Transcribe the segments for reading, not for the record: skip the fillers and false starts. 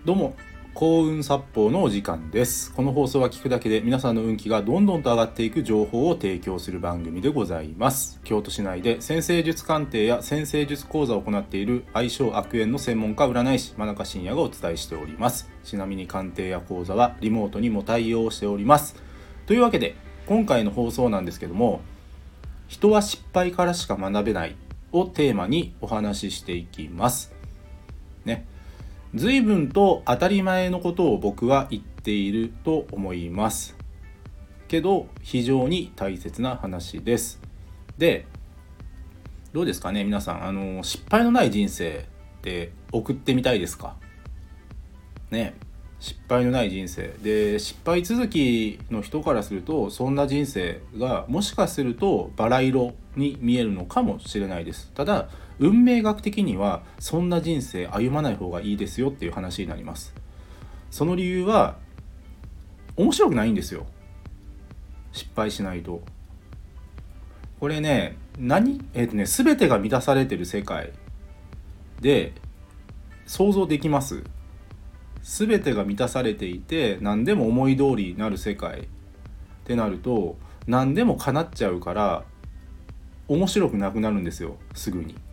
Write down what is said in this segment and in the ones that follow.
どうも、幸運殺法のお時間です。この放送は聞くだけで皆さんの運気がどんどんと上がっていく情報を提供する番組でございます。京都市内で占星術鑑定や占星術講座を行っている愛称悪縁の専門家占い師真中信也がお伝えしております。ちなみに鑑定や講座はリモートにも対応しております。というわけで今回の放送なんですけども、人は失敗からしか学べないをテーマにお話ししていきますね。随分と当たり前のことを僕は言っていると思いますけど、非常に大切な話です。で、どうですかね皆さん、失敗のない人生って送ってみたいですかね。失敗のない人生で、失敗続きの人からするとそんな人生がもしかするとバラ色に見えるのかもしれないです。ただ運命学的にはそんな人生歩まない方がいいですよっていう話になります。その理由は面白くないんですよ、失敗しないと。これね、全てが満たされてる世界で想像できます。全てが満たされていて何でも思い通りになる世界ってなると、何でも叶っちゃうから面白くなくなるんですよ、すぐに。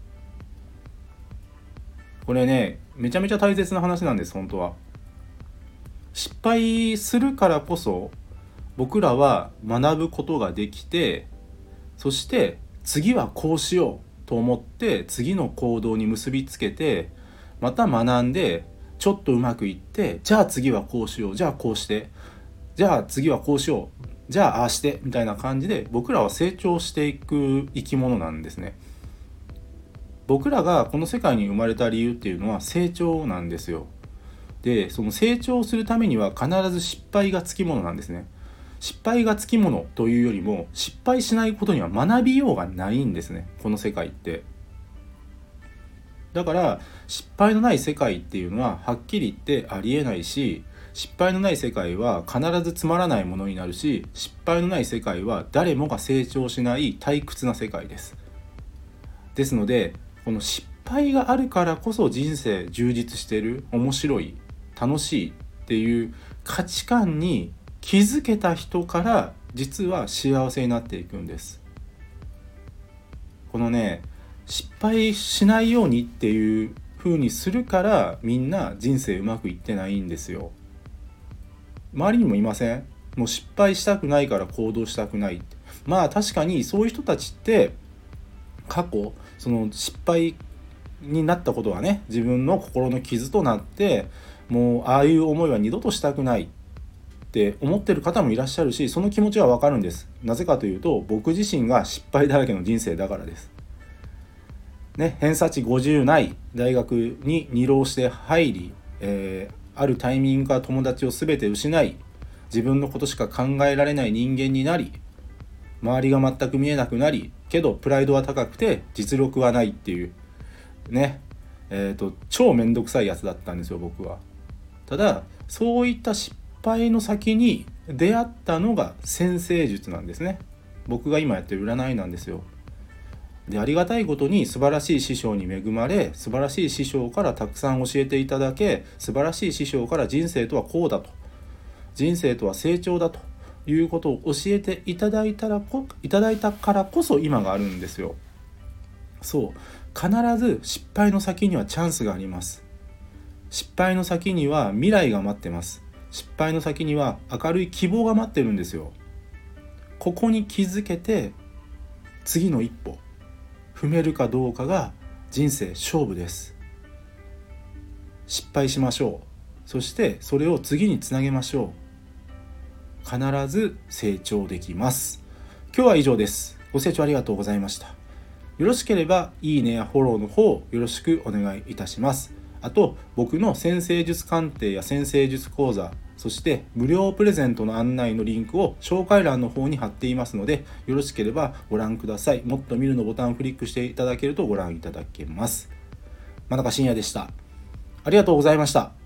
これね、めちゃめちゃ大切な話なんです。本当は失敗するからこそ僕らは学ぶことができて、そして次はこうしようと思って次の行動に結びつけて、また学んでちょっとうまくいって、じゃあ次はこうしよう、じゃあこうして、じゃあ次はこうしよう、じゃあああしてみたいな感じで僕らは成長していく生き物なんですね。僕らがこの世界に生まれた理由っていうのは成長なんですよ。で、その成長するためには必ず失敗がつきものなんですね。失敗がつきものというよりも、失敗しないことには学びようがないんですね、この世界って。だから失敗のない世界っていうのははっきり言ってありえないし、失敗のない世界は必ずつまらないものになるし、失敗のない世界は誰もが成長しない退屈な世界です。ですので、この失敗があるからこそ人生充実してる、面白い、楽しいっていう価値観に気づけた人から実は幸せになっていくんです。このね、失敗しないようにっていう風にするからみんな人生うまくいってないんですよ。周りにもいません？もう失敗したくないから行動したくないって。まあ確かにそういう人たちって過去その失敗になったことがね、自分の心の傷となって、もうああいう思いは二度としたくないって思ってる方もいらっしゃるし、その気持ちはわかるんです。なぜかというと、僕自身が失敗だらけの人生だからですね。偏差値50ない大学に2浪して入り、あるタイミングから友達を全て失い、自分のことしか考えられない人間になり、周りが全く見えなくなり、けどプライドは高くて実力はないっていうね、超めんどくさいやつだったんですよ、僕は。ただそういった失敗の先に出会ったのが占星術なんですね。僕が今やってる占いなんですよ。で、ありがたいことに素晴らしい師匠に恵まれ、素晴らしい師匠からたくさん教えていただけ、素晴らしい師匠から人生とはこうだと、人生とは成長だということを教えていただいたからこそ今があるんですよ。そう、必ず失敗の先にはチャンスがあります。失敗の先には未来が待ってます。失敗の先には明るい希望が待ってるんですよ。ここに気づけて次の一歩踏めるかどうかが人生勝負です。失敗しましょう。そしてそれを次につなげましょう。必ず成長できます。今日は以上です。ご清聴ありがとうございました。よろしければいいねやフォローの方よろしくお願いいたします。あと僕の占星術鑑定や占星術講座、そして無料プレゼントの案内のリンクを紹介欄の方に貼っていますので、よろしければご覧ください。もっと見るのボタンをクリックしていただけるとご覧いただけます。真中信也でした。ありがとうございました。